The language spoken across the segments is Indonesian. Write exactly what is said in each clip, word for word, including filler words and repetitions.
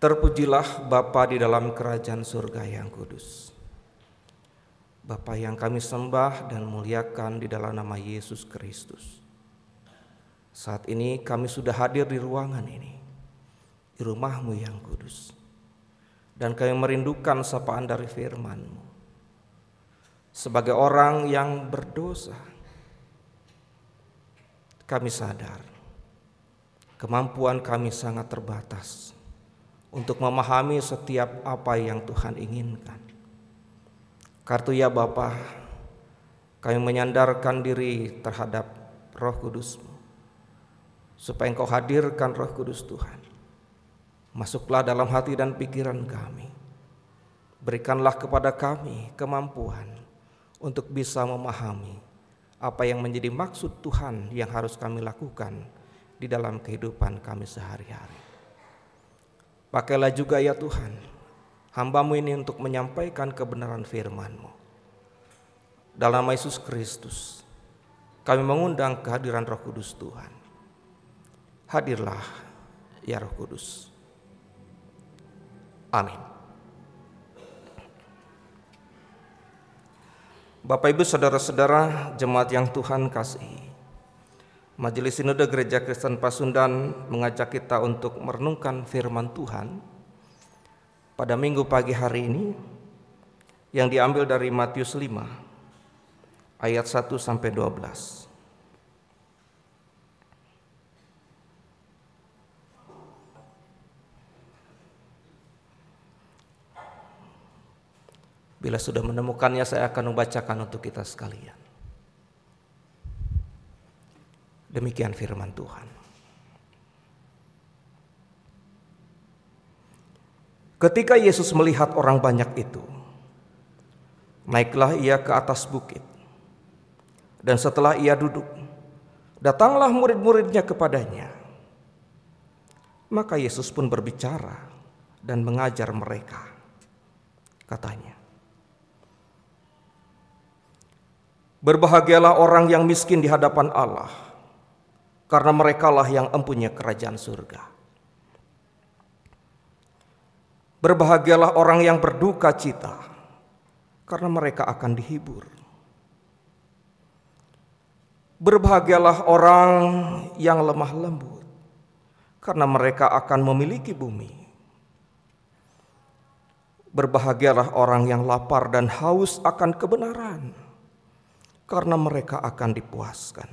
Terpujilah Bapa di dalam kerajaan surga yang kudus. Bapa yang kami sembah dan muliakan di dalam nama Yesus Kristus. Saat ini kami sudah hadir di ruangan ini, di rumah-Mu yang kudus. Dan kami merindukan sapaan dari firman-Mu. Sebagai orang yang berdosa, kami sadar kemampuan kami sangat terbatas untuk memahami setiap apa yang Tuhan inginkan. Karena ya Bapa, kami menyandarkan diri terhadap Roh Kudus-Mu, supaya Engkau hadirkan Roh Kudus Tuhan. Masuklah dalam hati dan pikiran kami. Berikanlah kepada kami kemampuan untuk bisa memahami apa yang menjadi maksud Tuhan yang harus kami lakukan di dalam kehidupan kami sehari-hari. Pakailah juga ya Tuhan hamba-Mu ini untuk menyampaikan kebenaran firman-Mu. Dalam nama Yesus Kristus kami mengundang kehadiran Roh Kudus Tuhan. Hadirlah ya Roh Kudus. Amin. Bapak Ibu saudara-saudara jemaat yang Tuhan kasihi, Majelis Sinode Gereja Kristen Pasundan mengajak kita untuk merenungkan firman Tuhan pada minggu pagi hari ini yang diambil dari Matius lima ayat satu sampai dua belas. Bila sudah menemukannya, saya akan membacakan untuk kita sekalian. Demikian firman Tuhan. Ketika Yesus melihat orang banyak itu, naiklah ia ke atas bukit. Dan setelah ia duduk, datanglah murid-muridnya kepadanya. Maka Yesus pun berbicara dan mengajar mereka. Katanya, berbahagialah orang yang miskin di hadapan Allah, karena merekalah yang empunya kerajaan surga. Berbahagialah orang yang berduka cita, karena mereka akan dihibur. Berbahagialah orang yang lemah lembut, karena mereka akan memiliki bumi. Berbahagialah orang yang lapar dan haus akan kebenaran, karena mereka akan dipuaskan.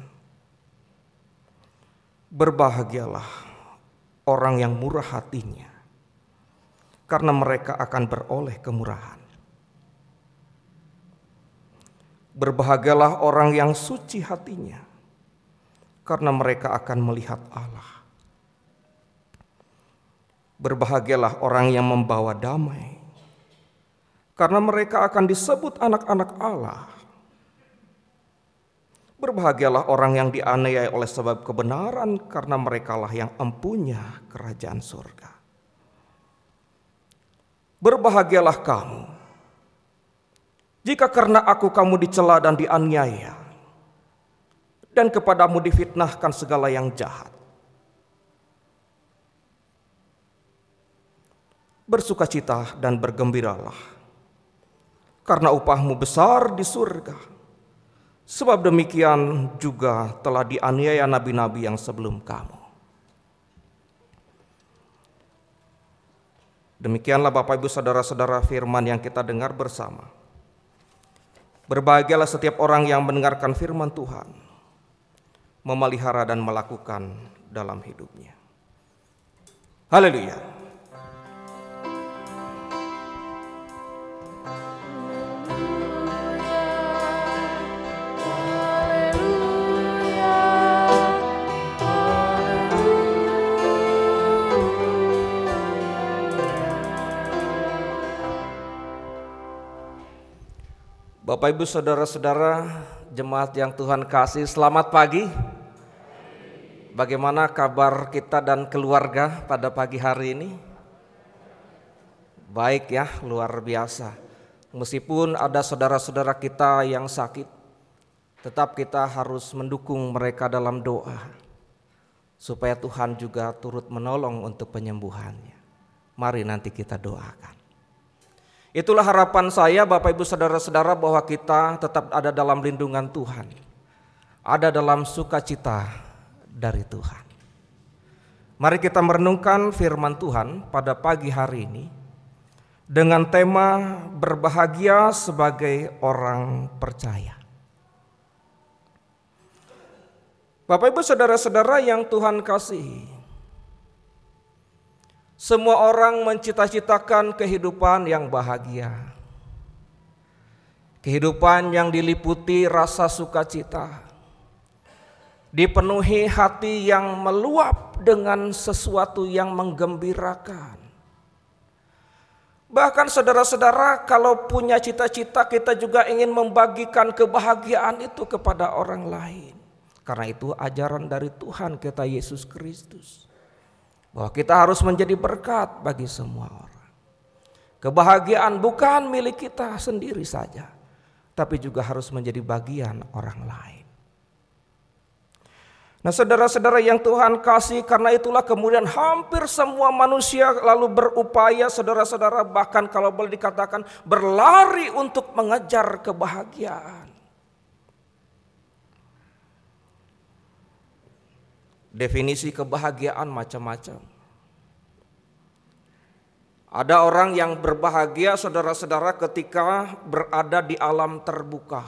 Berbahagialah orang yang murah hatinya, karena mereka akan beroleh kemurahan. Berbahagialah orang yang suci hatinya, karena mereka akan melihat Allah. Berbahagialah orang yang membawa damai, karena mereka akan disebut anak-anak Allah. Berbahagialah orang yang dianiaya oleh sebab kebenaran, karena merekalah yang empunya kerajaan surga. Berbahagialah kamu, jika karena aku kamu dicela dan dianiaya, dan kepadamu difitnahkan segala yang jahat. Bersukacita dan bergembiralah, karena upahmu besar di surga. Sebab demikian juga telah dianiaya nabi-nabi yang sebelum kamu. Demikianlah Bapak Ibu saudara-saudara firman yang kita dengar bersama. Berbahagialah setiap orang yang mendengarkan firman Tuhan, memelihara dan melakukan dalam hidupnya. Haleluya. Bapak Ibu saudara-saudara jemaat yang Tuhan kasih, selamat pagi. Bagaimana kabar kita dan keluarga pada pagi hari ini? Baik ya, luar biasa. Meskipun ada saudara-saudara kita yang sakit, tetap kita harus mendukung mereka dalam doa, supaya Tuhan juga turut menolong untuk penyembuhannya. Mari nanti kita doakan. Itulah harapan saya Bapak Ibu Saudara-saudara, bahwa kita tetap ada dalam lindungan Tuhan, ada dalam sukacita dari Tuhan. Mari kita merenungkan firman Tuhan pada pagi hari ini dengan tema berbahagia sebagai orang percaya. Bapak Ibu Saudara-saudara yang Tuhan kasihi, semua orang mencita-citakan kehidupan yang bahagia, kehidupan yang diliputi rasa sukacita, dipenuhi hati yang meluap dengan sesuatu yang menggembirakan. Bahkan saudara-saudara, kalau punya cita-cita, kita juga ingin membagikan kebahagiaan itu kepada orang lain. Karena itu ajaran dari Tuhan kita Yesus Kristus, bahwa kita harus menjadi berkat bagi semua orang. Kebahagiaan bukan milik kita sendiri saja, tapi juga harus menjadi bagian orang lain. Nah saudara-saudara yang Tuhan kasih, karena itulah kemudian hampir semua manusia lalu berupaya, saudara-saudara, bahkan kalau boleh dikatakan berlari untuk mengejar kebahagiaan. Definisi kebahagiaan macam-macam. Ada orang yang berbahagia, saudara-saudara, ketika berada di alam terbuka,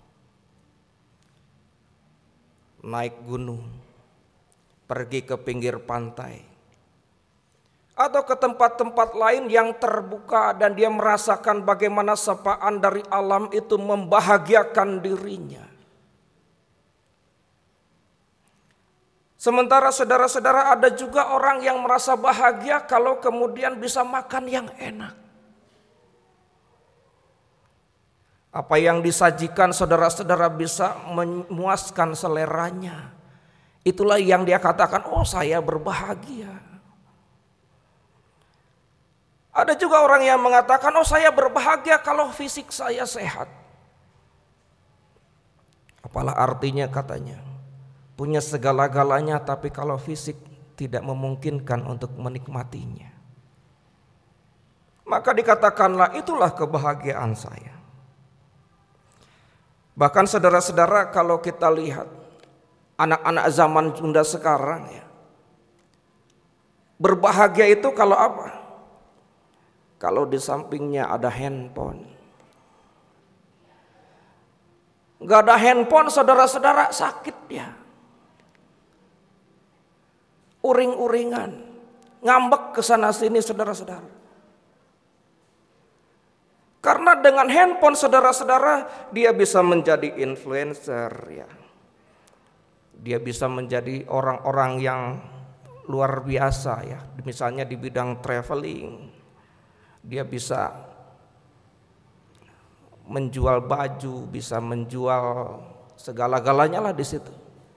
naik gunung, pergi ke pinggir pantai, atau ke tempat-tempat lain yang terbuka, dan dia merasakan bagaimana sapaan dari alam itu membahagiakan dirinya. Sementara saudara-saudara, ada juga orang yang merasa bahagia kalau kemudian bisa makan yang enak. Apa yang disajikan saudara-saudara bisa memuaskan seleranya. Itulah yang dia katakan, oh saya berbahagia. Ada juga orang yang mengatakan, oh saya berbahagia kalau fisik saya sehat. Apalah artinya katanya? Punya segala-galanya, tapi kalau fisik tidak memungkinkan untuk menikmatinya. Maka dikatakanlah itulah kebahagiaan saya. Bahkan saudara-saudara, kalau kita lihat anak-anak zaman Sunda sekarang ya, berbahagia itu kalau apa? Kalau di sampingnya ada handphone. Gak ada handphone, saudara-saudara, sakit dia. Uring-uringan, ngambek ke sana sini, saudara-saudara. Karena dengan handphone, saudara-saudara, dia bisa menjadi influencer ya. Dia bisa menjadi orang-orang yang luar biasa ya. Misalnya di bidang traveling, dia bisa menjual baju, bisa menjual segala-galanya lah di situ.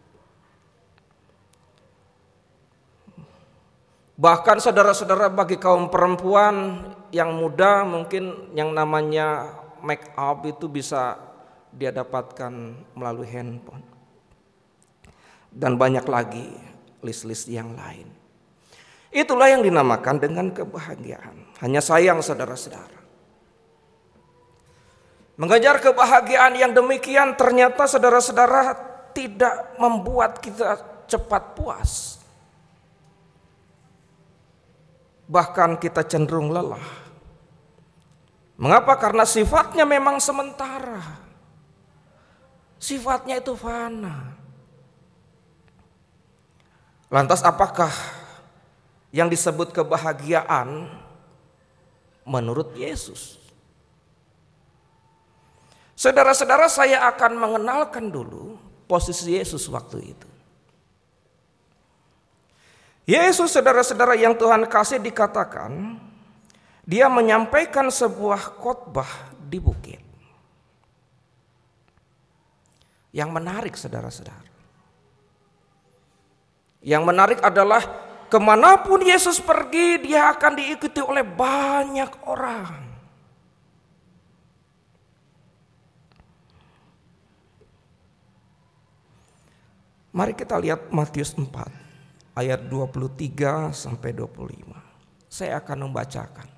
Bahkan saudara-saudara, bagi kaum perempuan yang muda, mungkin yang namanya make up itu bisa dia dapatkan melalui handphone. Dan banyak lagi list-list yang lain. Itulah yang dinamakan dengan kebahagiaan. Hanya sayang saudara-saudara, mengejar kebahagiaan yang demikian ternyata saudara-saudara tidak membuat kita cepat puas. Bahkan kita cenderung lelah. Mengapa? Karena sifatnya memang sementara. Sifatnya itu fana. Lantas apakah yang disebut kebahagiaan menurut Yesus? Saudara-saudara, saya akan mengenalkan dulu posisi Yesus waktu itu. Yesus, saudara-saudara yang Tuhan kasih, dikatakan dia menyampaikan sebuah khotbah di bukit. Yang menarik saudara-saudara, yang menarik adalah kemanapun Yesus pergi, dia akan diikuti oleh banyak orang. Mari kita lihat Matius empat ayat dua puluh tiga sampai dua puluh lima. saya akan membacakan.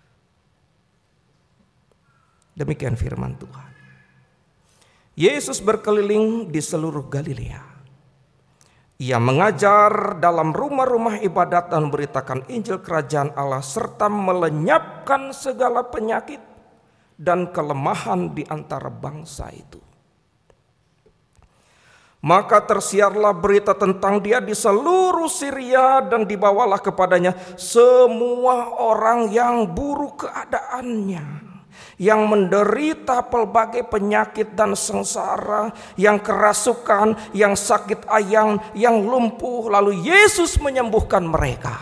Demikian firman Tuhan. Yesus berkeliling di seluruh Galilea. Ia mengajar dalam rumah-rumah ibadat dan memberitakan Injil Kerajaan Allah serta melenyapkan segala penyakit dan kelemahan di antara bangsa itu. Maka tersiarlah berita tentang dia di seluruh Syria dan dibawalah kepadanya semua orang yang buruk keadaannya, yang menderita pelbagai penyakit dan sengsara, yang kerasukan, yang sakit ayang, yang lumpuh. Lalu Yesus menyembuhkan mereka.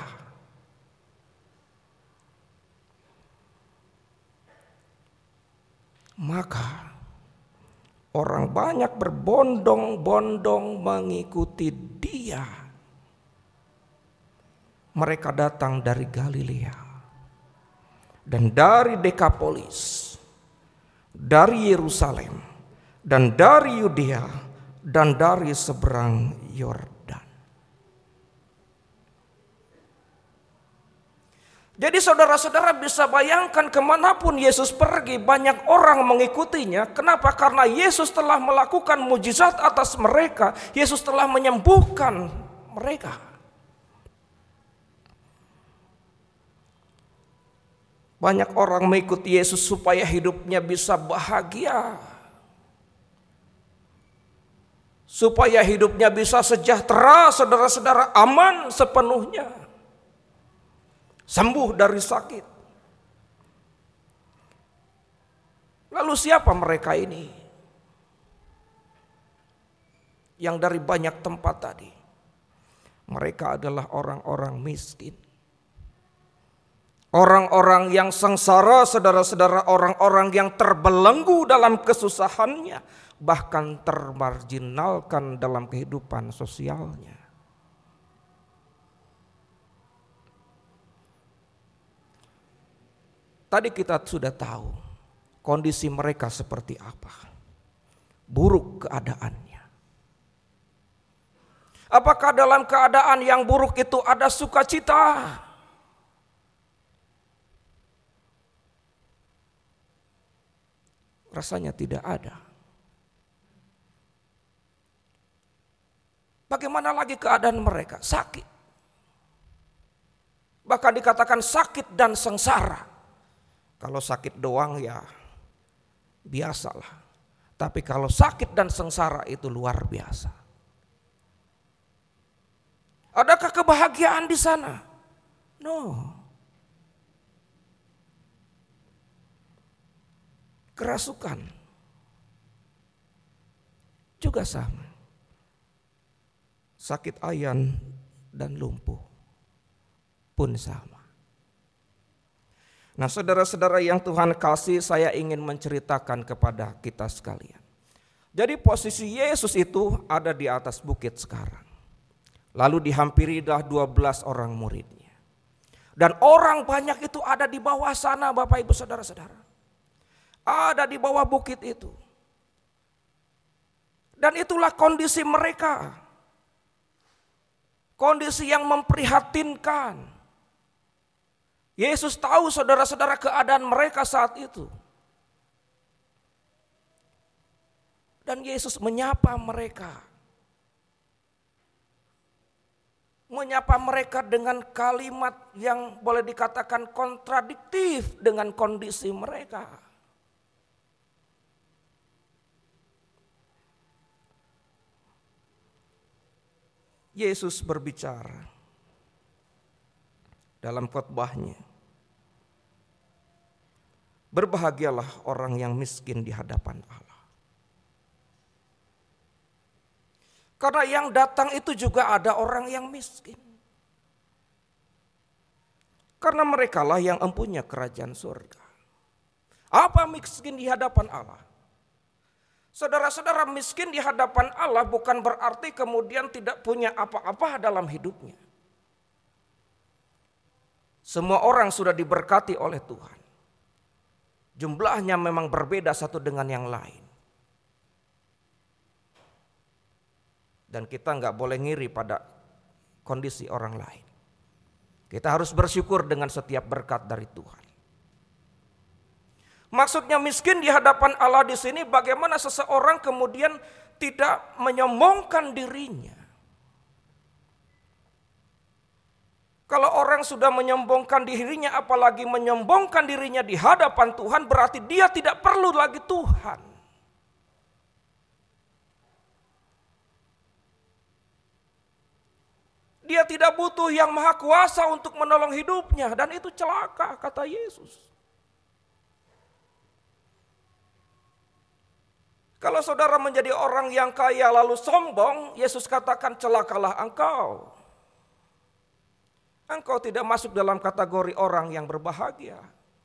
Maka orang banyak berbondong-bondong mengikuti dia. Mereka datang dari Galilea dan dari Dekapolis, dari Yerusalem, dan dari Yudea, dan dari seberang Yordan. Jadi saudara-saudara bisa bayangkan kemanapun Yesus pergi banyak orang mengikutinya. Kenapa? Karena Yesus telah melakukan mujizat atas mereka. Yesus telah menyembuhkan mereka. Banyak orang mengikuti Yesus supaya hidupnya bisa bahagia, supaya hidupnya bisa sejahtera, saudara-saudara, aman sepenuhnya, sembuh dari sakit. Lalu siapa mereka ini yang dari banyak tempat tadi? Mereka adalah orang-orang miskin, orang-orang yang sengsara, saudara-saudara, orang-orang yang terbelenggu dalam kesusahannya, bahkan termarginalkan dalam kehidupan sosialnya. Tadi kita sudah tahu kondisi mereka seperti apa. Buruk keadaannya. Apakah dalam keadaan yang buruk itu ada sukacita? Rasanya tidak ada. Bagaimana lagi keadaan mereka? Sakit. Bahkan dikatakan sakit dan sengsara. Kalau sakit doang ya biasalah. Tapi kalau sakit dan sengsara itu luar biasa. Adakah kebahagiaan di sana? No. Kerasukan juga sama. Sakit ayan dan lumpuh pun sama. Nah, saudara-saudara yang Tuhan kasih, saya ingin menceritakan kepada kita sekalian. Jadi posisi Yesus itu ada di atas bukit sekarang. Lalu dihampirilah dua belas orang muridnya. Dan orang banyak itu ada di bawah sana, Bapak Ibu Saudara-saudara. Ada di bawah bukit itu. Dan itulah kondisi mereka. Kondisi yang memprihatinkan. Yesus tahu saudara-saudara keadaan mereka saat itu. Dan Yesus menyapa mereka. Menyapa mereka dengan kalimat yang boleh dikatakan kontradiktif dengan kondisi mereka. Yesus berbicara dalam khotbahnya. Berbahagialah orang yang miskin di hadapan Allah. Karena yang datang itu juga ada orang yang miskin. Karena merekalah yang empunya kerajaan surga. Apa miskin di hadapan Allah? Saudara-saudara, miskin di hadapan Allah bukan berarti kemudian tidak punya apa-apa dalam hidupnya. Semua orang sudah diberkati oleh Tuhan. Jumlahnya memang berbeda satu dengan yang lain. Dan kita nggak boleh ngiri pada kondisi orang lain. Kita harus bersyukur dengan setiap berkat dari Tuhan. Maksudnya miskin di hadapan Allah di sini bagaimana seseorang kemudian tidak menyombongkan dirinya. Kalau orang sudah menyombongkan dirinya, apalagi menyombongkan dirinya di hadapan Tuhan, berarti dia tidak perlu lagi Tuhan. Dia tidak butuh yang maha kuasa untuk menolong hidupnya, dan itu celaka, kata Yesus. Kalau saudara menjadi orang yang kaya lalu sombong, Yesus katakan celakalah engkau. Engkau tidak masuk dalam kategori orang yang berbahagia.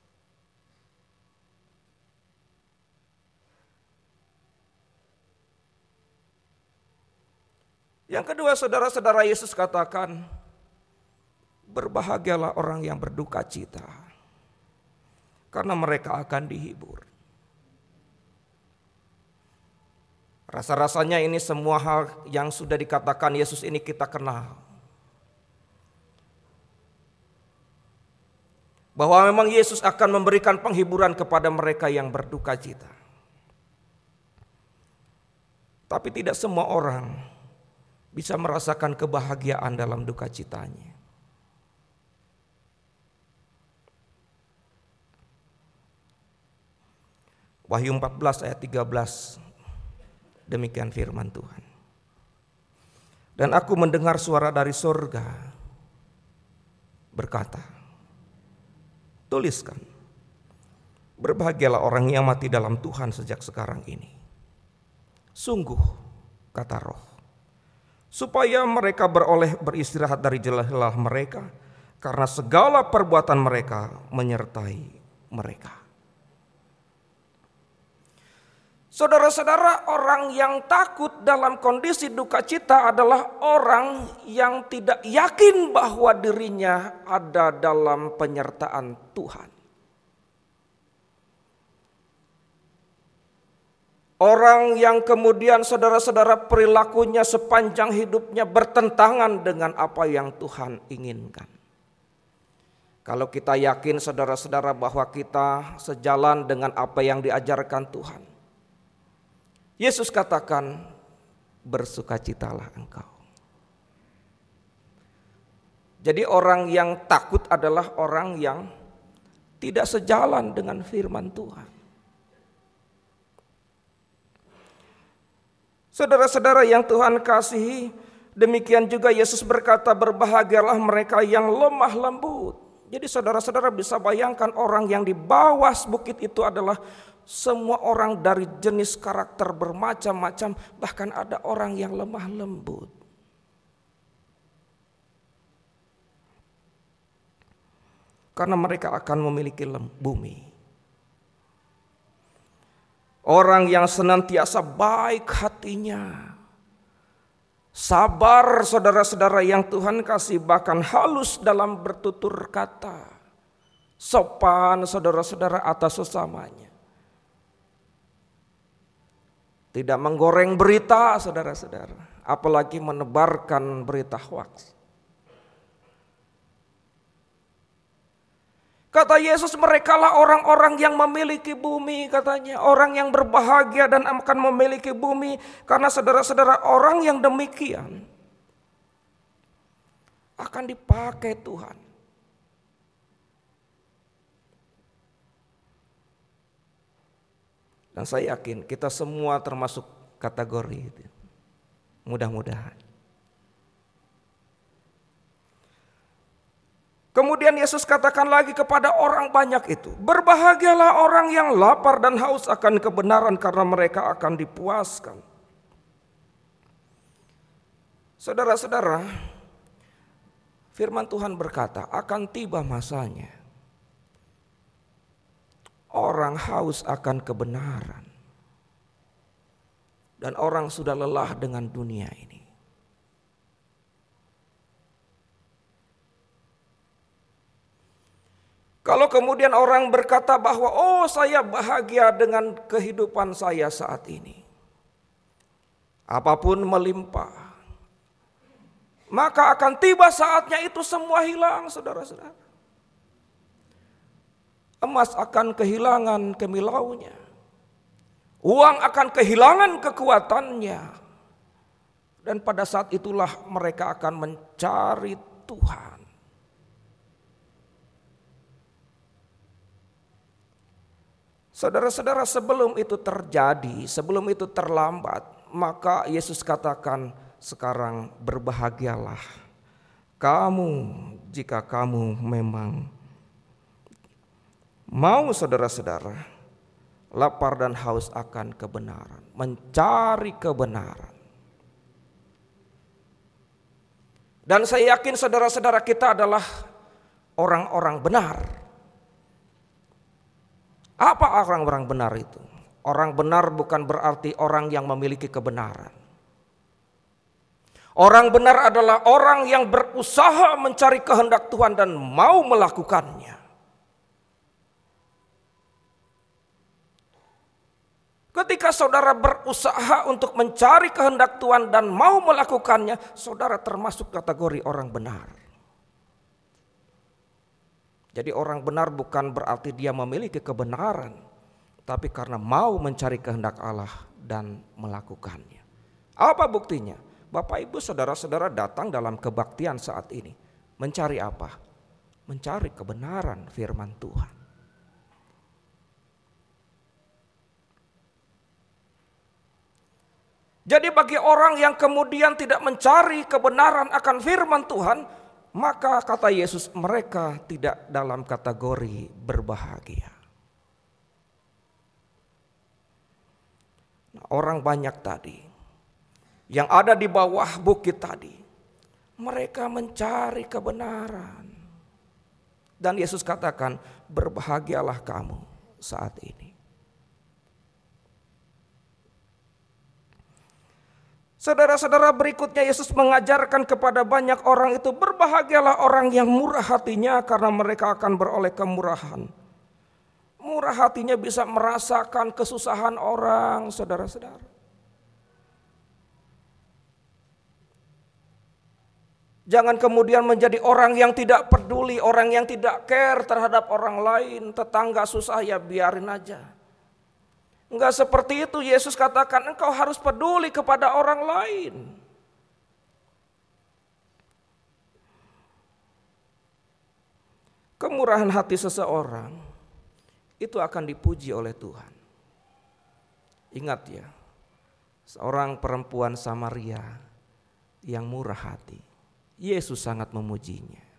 Yang kedua, saudara-saudara, Yesus katakan, berbahagialah orang yang berduka cita, karena mereka akan dihibur. Rasa-rasanya ini semua hal yang sudah dikatakan Yesus ini kita kenal. Bahwa memang Yesus akan memberikan penghiburan kepada mereka yang berduka cita. Tapi tidak semua orang bisa merasakan kebahagiaan dalam duka citanya. Wahyu empat belas ayat tiga belas, demikian firman Tuhan. Dan aku mendengar suara dari surga berkata, tuliskan, berbahagialah orang yang mati dalam Tuhan sejak sekarang ini. Sungguh, kata Roh, supaya mereka beroleh beristirahat dari jelah-jelah mereka, karena segala perbuatan mereka menyertai mereka. Saudara-saudara, orang yang takut dalam kondisi duka cita adalah orang yang tidak yakin bahwa dirinya ada dalam penyertaan Tuhan. Orang yang kemudian saudara-saudara perilakunya sepanjang hidupnya bertentangan dengan apa yang Tuhan inginkan. Kalau kita yakin saudara-saudara bahwa kita sejalan dengan apa yang diajarkan Tuhan, Yesus katakan, bersukacitalah engkau. Jadi orang yang takut adalah orang yang tidak sejalan dengan firman Tuhan. Saudara-saudara yang Tuhan kasihi, demikian juga Yesus berkata, berbahagialah mereka yang lemah lembut. Jadi saudara-saudara bisa bayangkan orang yang di bawah bukit itu adalah semua orang dari jenis karakter bermacam-macam, bahkan ada orang yang lemah lembut. Karena mereka akan memiliki bumi. Orang yang senantiasa baik hatinya, sabar saudara-saudara yang Tuhan kasih, bahkan halus dalam bertutur kata, sopan saudara-saudara atas sesamanya. Tidak menggoreng berita saudara-saudara, apalagi menebarkan berita hoaks. Kata Yesus, merekalah orang-orang yang memiliki bumi, katanya. Orang yang berbahagia dan akan memiliki bumi. Karena saudara-saudara, orang yang demikian akan dipakai Tuhan. Dan saya yakin kita semua termasuk kategori itu. Mudah-mudahan. Kemudian Yesus katakan lagi kepada orang banyak itu, berbahagialah orang yang lapar dan haus akan kebenaran, karena mereka akan dipuaskan. Saudara-saudara, firman Tuhan berkata, akan tiba masanya orang haus akan kebenaran, dan orang sudah lelah dengan dunia ini. Kalau kemudian orang berkata bahwa oh saya bahagia dengan kehidupan saya saat ini, apapun melimpah, maka akan tiba saatnya itu semua hilang, saudara-saudara. Emas akan kehilangan kimilaunya. Uang akan kehilangan kekuatannya. Dan pada saat itulah mereka akan mencari Tuhan. Saudara-saudara, sebelum itu terjadi, sebelum itu terlambat, maka Yesus katakan, sekarang berbahagialah kamu jika kamu memang mau, saudara-saudara, lapar dan haus akan kebenaran, mencari kebenaran. Dan saya yakin saudara-saudara kita adalah orang-orang benar. Apa orang-orang benar itu? Orang benar bukan berarti orang yang memiliki kebenaran. Orang benar adalah orang yang berusaha mencari kehendak Tuhan dan mau melakukannya. Ketika saudara berusaha untuk mencari kehendak Tuhan dan mau melakukannya, saudara termasuk kategori orang benar. Jadi orang benar bukan berarti dia memiliki kebenaran, tapi karena mau mencari kehendak Allah dan melakukannya. Apa buktinya? Bapak Ibu saudara-saudara datang dalam kebaktian saat ini. Mencari apa? Mencari kebenaran firman Tuhan. Jadi bagi orang yang kemudian tidak mencari kebenaran akan firman Tuhan, maka kata Yesus, mereka tidak dalam kategori berbahagia. Nah, orang banyak tadi yang ada di bawah bukit tadi, mereka mencari kebenaran. Dan Yesus katakan, berbahagialah kamu saat ini. Saudara-saudara, berikutnya Yesus mengajarkan kepada banyak orang itu, berbahagialah orang yang murah hatinya karena mereka akan beroleh kemurahan. Murah hatinya bisa merasakan kesusahan orang, saudara-saudara. Jangan kemudian menjadi orang yang tidak peduli, orang yang tidak care terhadap orang lain. Tetangga susah ya biarin aja. Enggak seperti itu. Yesus katakan engkau harus peduli kepada orang lain. Kemurahan hati seseorang itu akan dipuji oleh Tuhan. Ingat ya, seorang perempuan Samaria yang murah hati, Yesus sangat memujinya.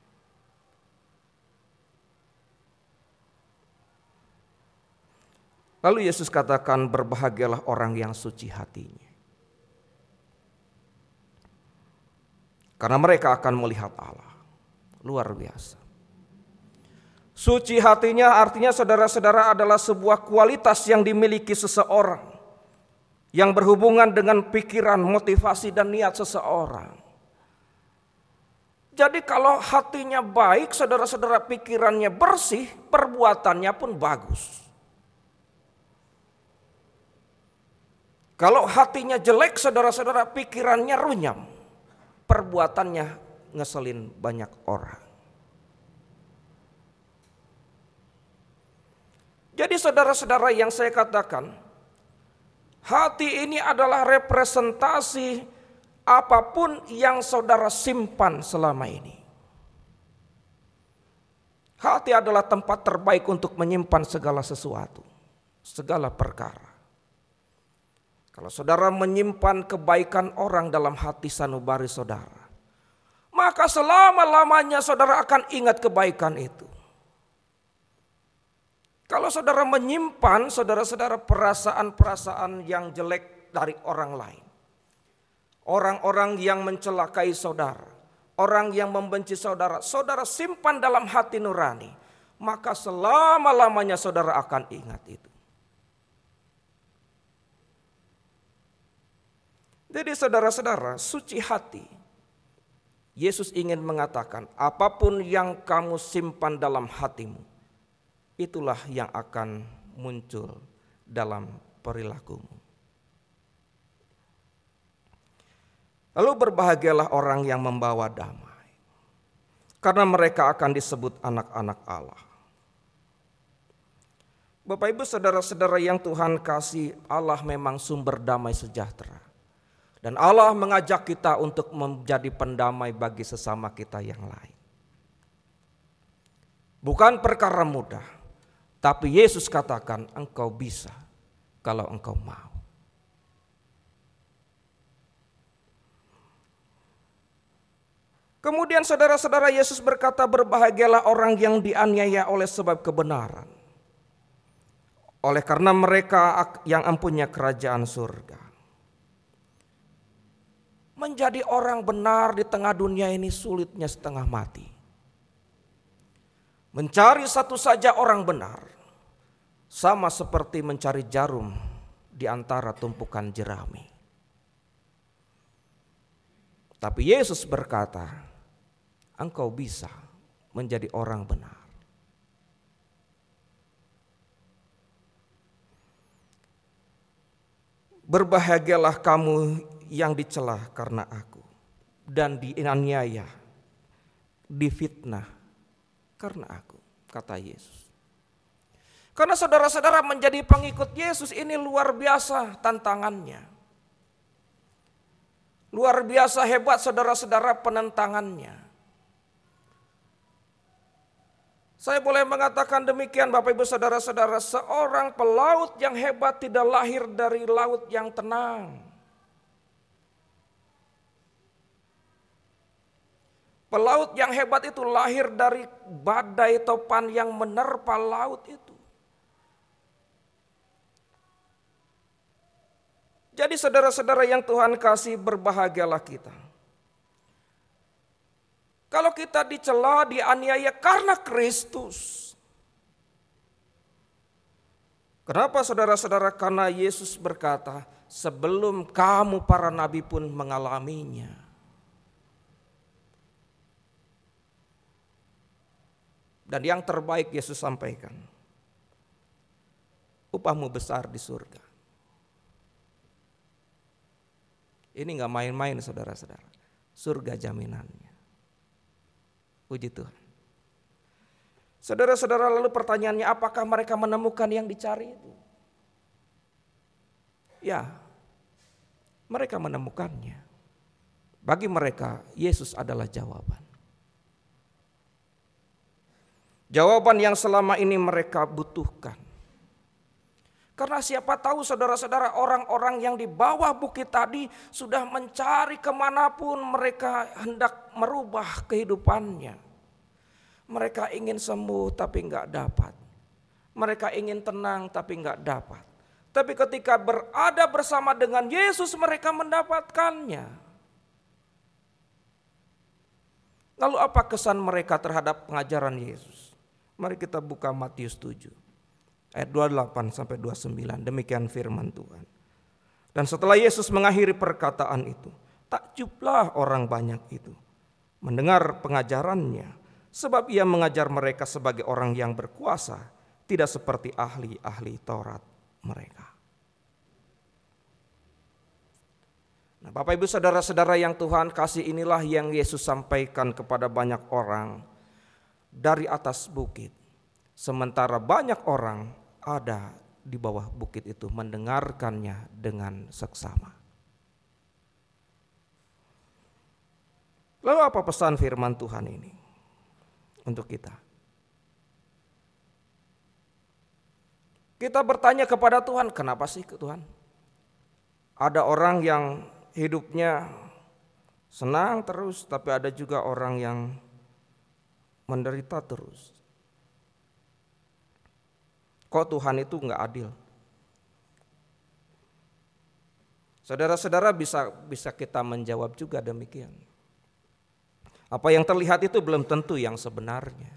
Lalu Yesus katakan, berbahagialah orang yang suci hatinya, karena mereka akan melihat Allah. Luar biasa. Suci hatinya artinya saudara-saudara adalah sebuah kualitas yang dimiliki seseorang, yang berhubungan dengan pikiran, motivasi dan niat seseorang. Jadi kalau hatinya baik, saudara-saudara, pikirannya bersih, perbuatannya pun bagus. Kalau hatinya jelek, saudara-saudara, pikirannya runyam, perbuatannya ngeselin banyak orang. Jadi saudara-saudara, yang saya katakan, hati ini adalah representasi apapun yang saudara simpan selama ini. Hati adalah tempat terbaik untuk menyimpan segala sesuatu, segala perkara. Kalau saudara menyimpan kebaikan orang dalam hati sanubari saudara, maka selama-lamanya saudara akan ingat kebaikan itu. Kalau saudara menyimpan, saudara-saudara, perasaan-perasaan yang jelek dari orang lain, orang-orang yang mencelakai saudara, orang yang membenci saudara, saudara simpan dalam hati nurani, maka selama-lamanya saudara akan ingat itu. Jadi saudara-saudara, suci hati. Yesus ingin mengatakan, apapun yang kamu simpan dalam hatimu, itulah yang akan muncul dalam perilakumu. Lalu berbahagialah orang yang membawa damai, karena mereka akan disebut anak-anak Allah. Bapak Ibu saudara-saudara yang Tuhan kasih, Allah memang sumber damai sejahtera. Dan Allah mengajak kita untuk menjadi pendamai bagi sesama kita yang lain. Bukan perkara mudah, tapi Yesus katakan engkau bisa kalau engkau mau. Kemudian saudara-saudara, Yesus berkata, berbahagialah orang yang dianiaya oleh sebab kebenaran, oleh karena mereka yang mempunyai kerajaan surga. Menjadi orang benar di tengah dunia ini sulitnya setengah mati. Mencari satu saja orang benar sama seperti mencari jarum di antara tumpukan jerami. Tapi Yesus berkata, engkau bisa menjadi orang benar. Berbahagialah kamu yang dicela karena aku dan dianiaya, difitnah karena aku, kata Yesus. Karena saudara-saudara, menjadi pengikut Yesus ini luar biasa tantangannya. Luar biasa hebat saudara-saudara penentangannya. Saya boleh mengatakan demikian Bapak Ibu saudara-saudara, seorang pelaut yang hebat tidak lahir dari laut yang tenang. Pelaut yang hebat itu lahir dari badai topan yang menerpa laut itu. Jadi saudara-saudara yang Tuhan kasih, berbahagialah kita. Kalau kita dicela, dianiaya karena Kristus. Kenapa saudara-saudara? Karena Yesus berkata, sebelum kamu para nabi pun mengalaminya. Dan yang terbaik Yesus sampaikan, upahmu besar di surga. Ini gak main-main saudara-saudara, surga jaminannya. Puji Tuhan. Saudara-saudara, lalu pertanyaannya, apakah mereka menemukan yang dicari itu? Ya, mereka menemukannya. Bagi mereka, Yesus adalah jawaban. Jawaban yang selama ini mereka butuhkan. Karena siapa tahu saudara-saudara, orang-orang yang di bawah bukit tadi sudah mencari kemanapun mereka hendak merubah kehidupannya. Mereka ingin sembuh tapi enggak dapat. Mereka ingin tenang tapi enggak dapat. Tapi ketika berada bersama dengan Yesus mereka mendapatkannya. Lalu apa kesan mereka terhadap pengajaran Yesus? Mari kita buka Matius tujuh. Ayat dua puluh delapan sampai dua puluh sembilan, demikian firman Tuhan. Dan setelah Yesus mengakhiri perkataan itu, takjublah orang banyak itu mendengar pengajarannya, sebab ia mengajar mereka sebagai orang yang berkuasa, tidak seperti ahli-ahli Taurat mereka. Nah, Bapak Ibu saudara-saudara yang Tuhan kasih, inilah yang Yesus sampaikan kepada banyak orang dari atas bukit. Sementara banyak orang ada di bawah bukit itu mendengarkannya dengan seksama. Lalu apa pesan firman Tuhan ini untuk kita? Kita bertanya kepada Tuhan, kenapa sih Tuhan? Ada orang yang hidupnya senang terus, tapi ada juga orang yang menderita terus. Kok Tuhan itu enggak adil? Saudara-saudara, bisa bisa kita menjawab juga demikian. Apa yang terlihat itu belum tentu yang sebenarnya.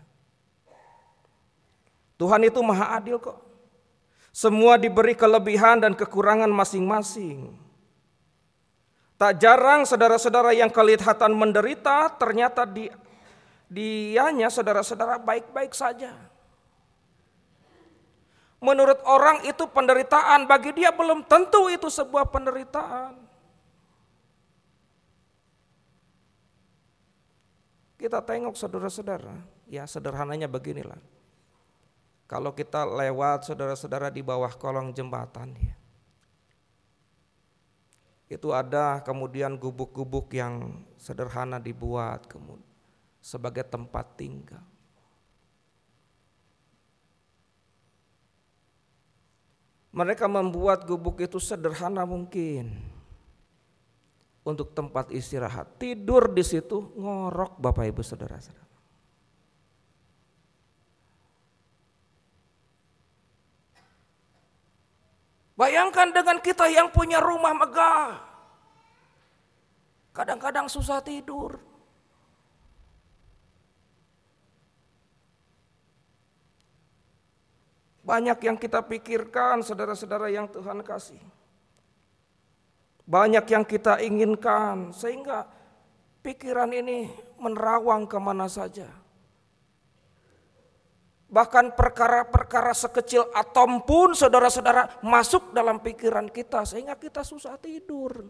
Tuhan itu maha adil kok. Semua diberi kelebihan dan kekurangan masing-masing. Tak jarang saudara-saudara yang kelihatan menderita, ternyata di dianya saudara-saudara baik-baik saja. Menurut orang itu penderitaan, bagi dia belum tentu itu sebuah penderitaan. Kita tengok saudara-saudara, ya sederhananya beginilah. Kalau kita lewat saudara-saudara di bawah kolong jembatan, ya, itu ada kemudian gubuk-gubuk yang sederhana dibuat kemudian sebagai tempat tinggal. Mereka membuat gubuk itu sederhana mungkin untuk tempat istirahat. Tidur di situ ngorok Bapak Ibu Saudara-saudara. Bayangkan dengan kita yang punya rumah megah, kadang-kadang susah tidur. Banyak yang kita pikirkan saudara-saudara yang Tuhan kasih. Banyak yang kita inginkan sehingga pikiran ini menerawang kemana saja. Bahkan perkara-perkara sekecil atom pun saudara-saudara masuk dalam pikiran kita sehingga kita susah tidur.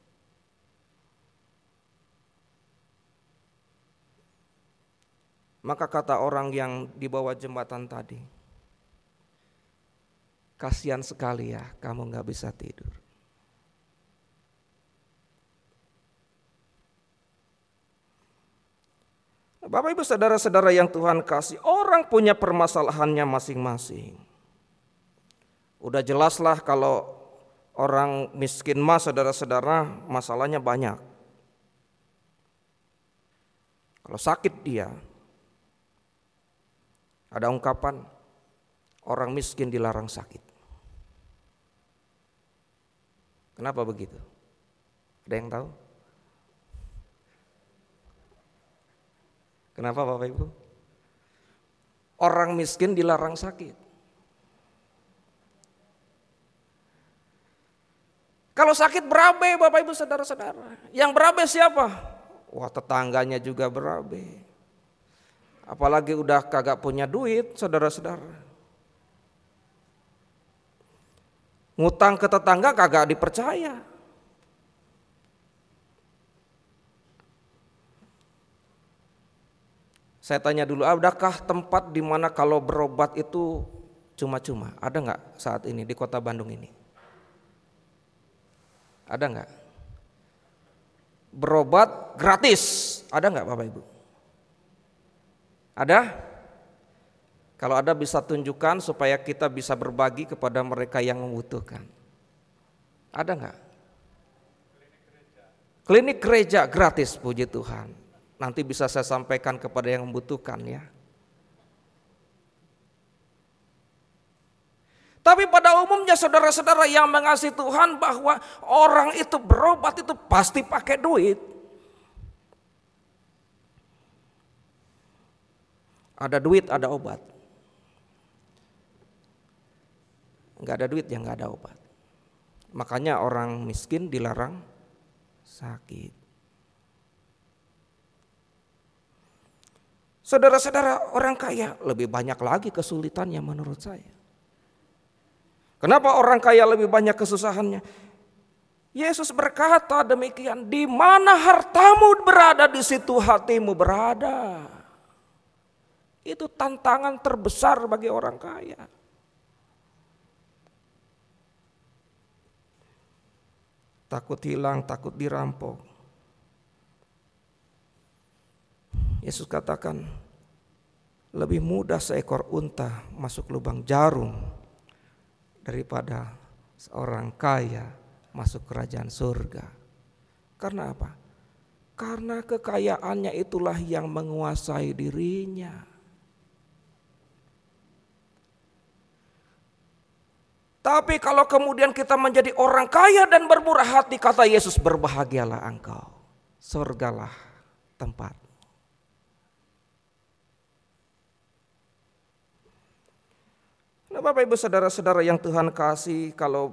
Maka kata orang yang di bawah jembatan tadi, kasihan sekali ya kamu gak bisa tidur. Bapak Ibu saudara-saudara yang Tuhan kasih, orang punya permasalahannya masing-masing. Udah jelaslah kalau orang miskin mah saudara-saudara masalahnya banyak. Kalau sakit dia, ada ungkapan orang miskin dilarang sakit. Kenapa begitu? Ada yang tahu? Kenapa Bapak Ibu? Orang miskin dilarang sakit. Kalau sakit berabe Bapak Ibu saudara-saudara. Yang berabe siapa? Wah, tetangganya juga berabe. Apalagi udah kagak punya duit saudara-saudara. Ngutang ke tetangga kagak dipercaya. Saya tanya dulu, adakah tempat di mana kalau berobat itu cuma-cuma? Ada nggak saat ini di kota Bandung ini? Ada nggak? Berobat gratis, ada nggak Bapak Ibu? Ada? Kalau ada bisa tunjukkan supaya kita bisa berbagi kepada mereka yang membutuhkan. Ada nggak? Klinik gereja gratis, puji Tuhan. Nanti bisa saya sampaikan kepada yang membutuhkan ya. Tapi pada umumnya saudara-saudara yang mengasihi Tuhan bahwa orang itu berobat itu pasti pakai duit. Ada duit, ada obat. Enggak ada duit ya enggak ada obat. Makanya orang miskin dilarang sakit. Saudara-saudara, orang kaya lebih banyak lagi kesulitannya menurut saya. Kenapa orang kaya lebih banyak kesusahannya? Yesus berkata demikian, di mana hartamu berada di situ hatimu berada. Itu tantangan terbesar bagi orang kaya. Takut hilang, takut dirampok. Yesus katakan, lebih mudah seekor unta masuk lubang jarum daripada seorang kaya masuk kerajaan surga. Karena apa? Karena kekayaannya itulah yang menguasai dirinya. Tapi kalau kemudian kita menjadi orang kaya dan bermurah hati, kata Yesus, berbahagialah engkau, surgalah tempat. Nah, Bapak Ibu saudara-saudara yang Tuhan kasih, kalau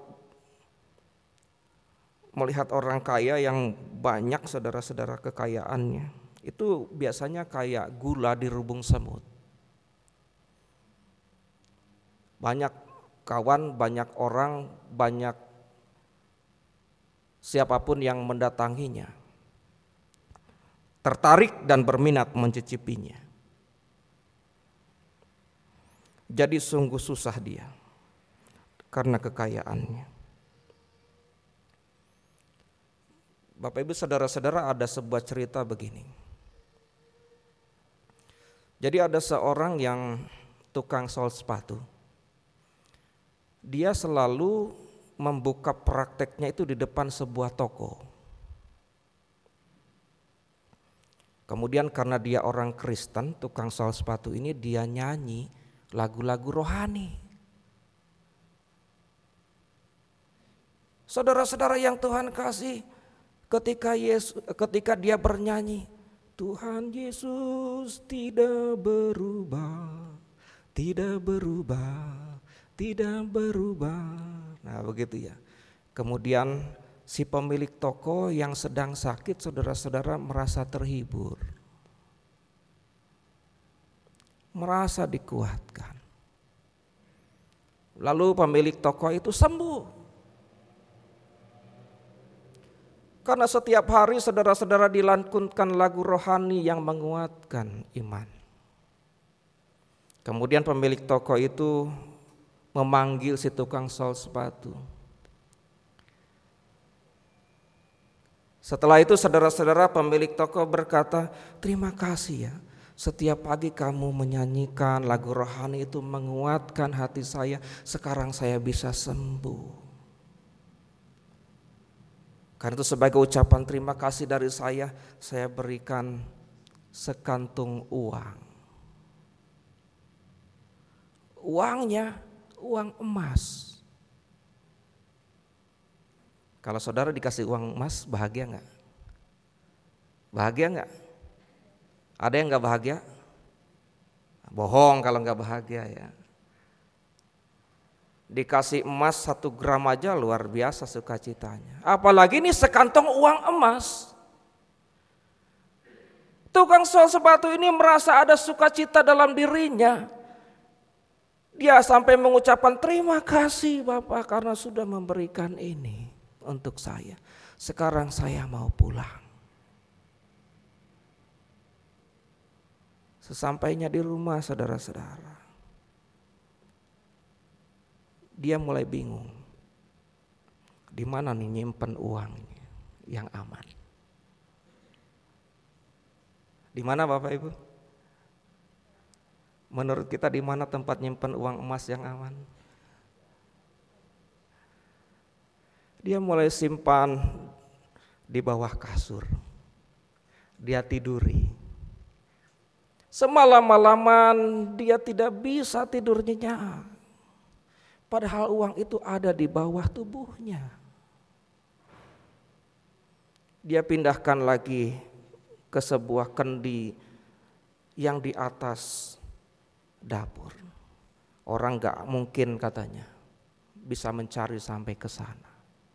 melihat orang kaya yang banyak saudara-saudara kekayaannya, itu biasanya kayak gula di rubung semut. Banyak kawan, banyak orang, banyak siapapun yang mendatanginya. tertarik dan berminat mencicipinya. Jadi sungguh susah dia karena kekayaannya. Bapak Ibu saudara-saudara, ada sebuah cerita begini. Jadi ada seorang yang tukang sol sepatu. Dia selalu membuka prakteknya itu di depan sebuah toko. Kemudian karena dia orang Kristen, tukang sol sepatu ini dia nyanyi lagu-lagu rohani. Saudara-saudara yang Tuhan kasih, ketika Yesus, ketika dia bernyanyi, Tuhan Yesus tidak berubah, tidak berubah, tidak berubah. Nah begitu ya. Kemudian si pemilik toko yang sedang sakit, saudara-saudara, merasa terhibur, merasa dikuatkan. Lalu pemilik toko itu sembuh. Karena setiap hari saudara-saudara dilantunkan lagu rohani yang menguatkan iman. Kemudian pemilik toko itu memanggil si tukang sol sepatu. Setelah itu saudara-saudara, pemilik toko berkata, terima kasih ya, setiap pagi kamu menyanyikan lagu rohani itu menguatkan hati saya, sekarang saya bisa sembuh. Karena itu sebagai ucapan terima kasih dari saya, saya berikan sekantung uang. Uangnya uang emas. Kalau saudara dikasih uang emas, bahagia enggak? Bahagia enggak? Ada yang enggak bahagia? Bohong kalau enggak bahagia ya. Dikasih emas satu gram aja luar biasa sukacitanya. Apalagi ini sekantong uang emas. Tukang sol sepatu ini merasa ada sukacita dalam dirinya. Dia sampai mengucapkan terima kasih Bapak karena sudah memberikan ini untuk saya. Sekarang saya mau pulang. Sesampainya di rumah saudara-saudara, dia mulai bingung, di mana nih nyimpen uangnya yang aman? Di mana Bapak Ibu? Menurut kita di mana tempat nyimpen uang emas yang aman? Dia mulai simpan di bawah kasur. Dia tiduri. Semalam-malaman dia tidak bisa tidur nyenyak. Padahal uang itu ada di bawah tubuhnya. Dia pindahkan lagi ke sebuah kendi yang di atas dapur. Orang gak mungkin katanya bisa mencari sampai ke sana.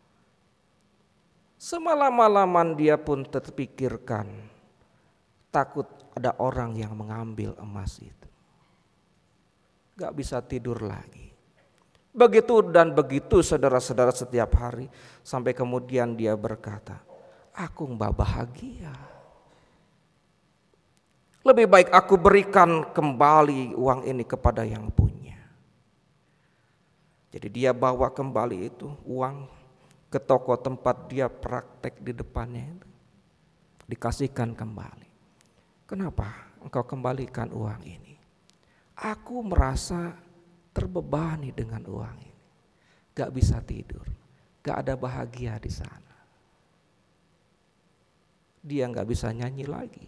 Semalam-malaman dia pun terpikirkan, takut ada orang yang mengambil emas itu. Gak bisa tidur lagi. Begitu dan begitu saudara-saudara setiap hari, sampai kemudian dia berkata, aku mbak bahagia. Lebih baik aku berikan kembali uang ini kepada yang punya. Jadi dia bawa kembali itu uang ke toko tempat dia praktek di depannya itu. Dikasihkan kembali. Kenapa engkau kembalikan uang ini? Aku merasa terbebani dengan uang ini, gak bisa tidur, gak ada bahagia di sana. Dia gak bisa nyanyi lagi.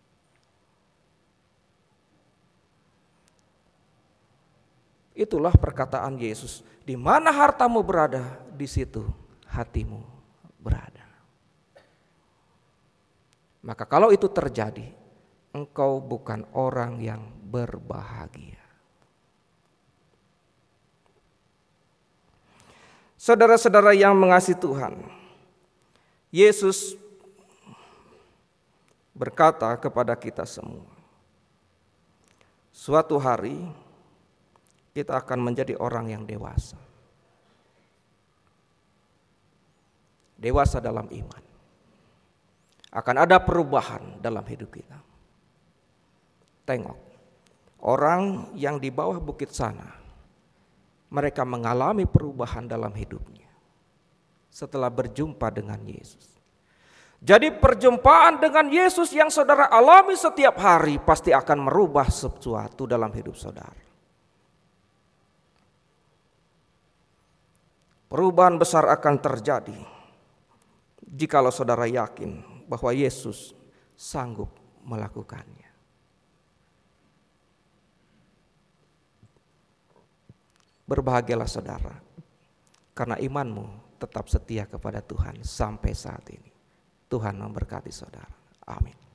Itulah perkataan Yesus, di mana hartamu berada, di situ hatimu berada. Maka kalau itu terjadi, engkau bukan orang yang berbahagia. Saudara-saudara yang mengasihi Tuhan, Yesus berkata kepada kita semua, suatu hari kita akan menjadi orang yang dewasa. Dewasa dalam iman. akan ada perubahan dalam hidup kita. Tengok, orang yang di bawah bukit sana, mereka mengalami perubahan dalam hidupnya setelah berjumpa dengan Yesus. Jadi perjumpaan dengan Yesus yang saudara alami setiap hari pasti akan merubah sesuatu dalam hidup saudara. Perubahan besar akan terjadi jikalau saudara yakin bahwa Yesus sanggup melakukannya. Berbahagialah saudara, karena imanmu tetap setia kepada Tuhan sampai saat ini. Tuhan memberkati saudara. Amin.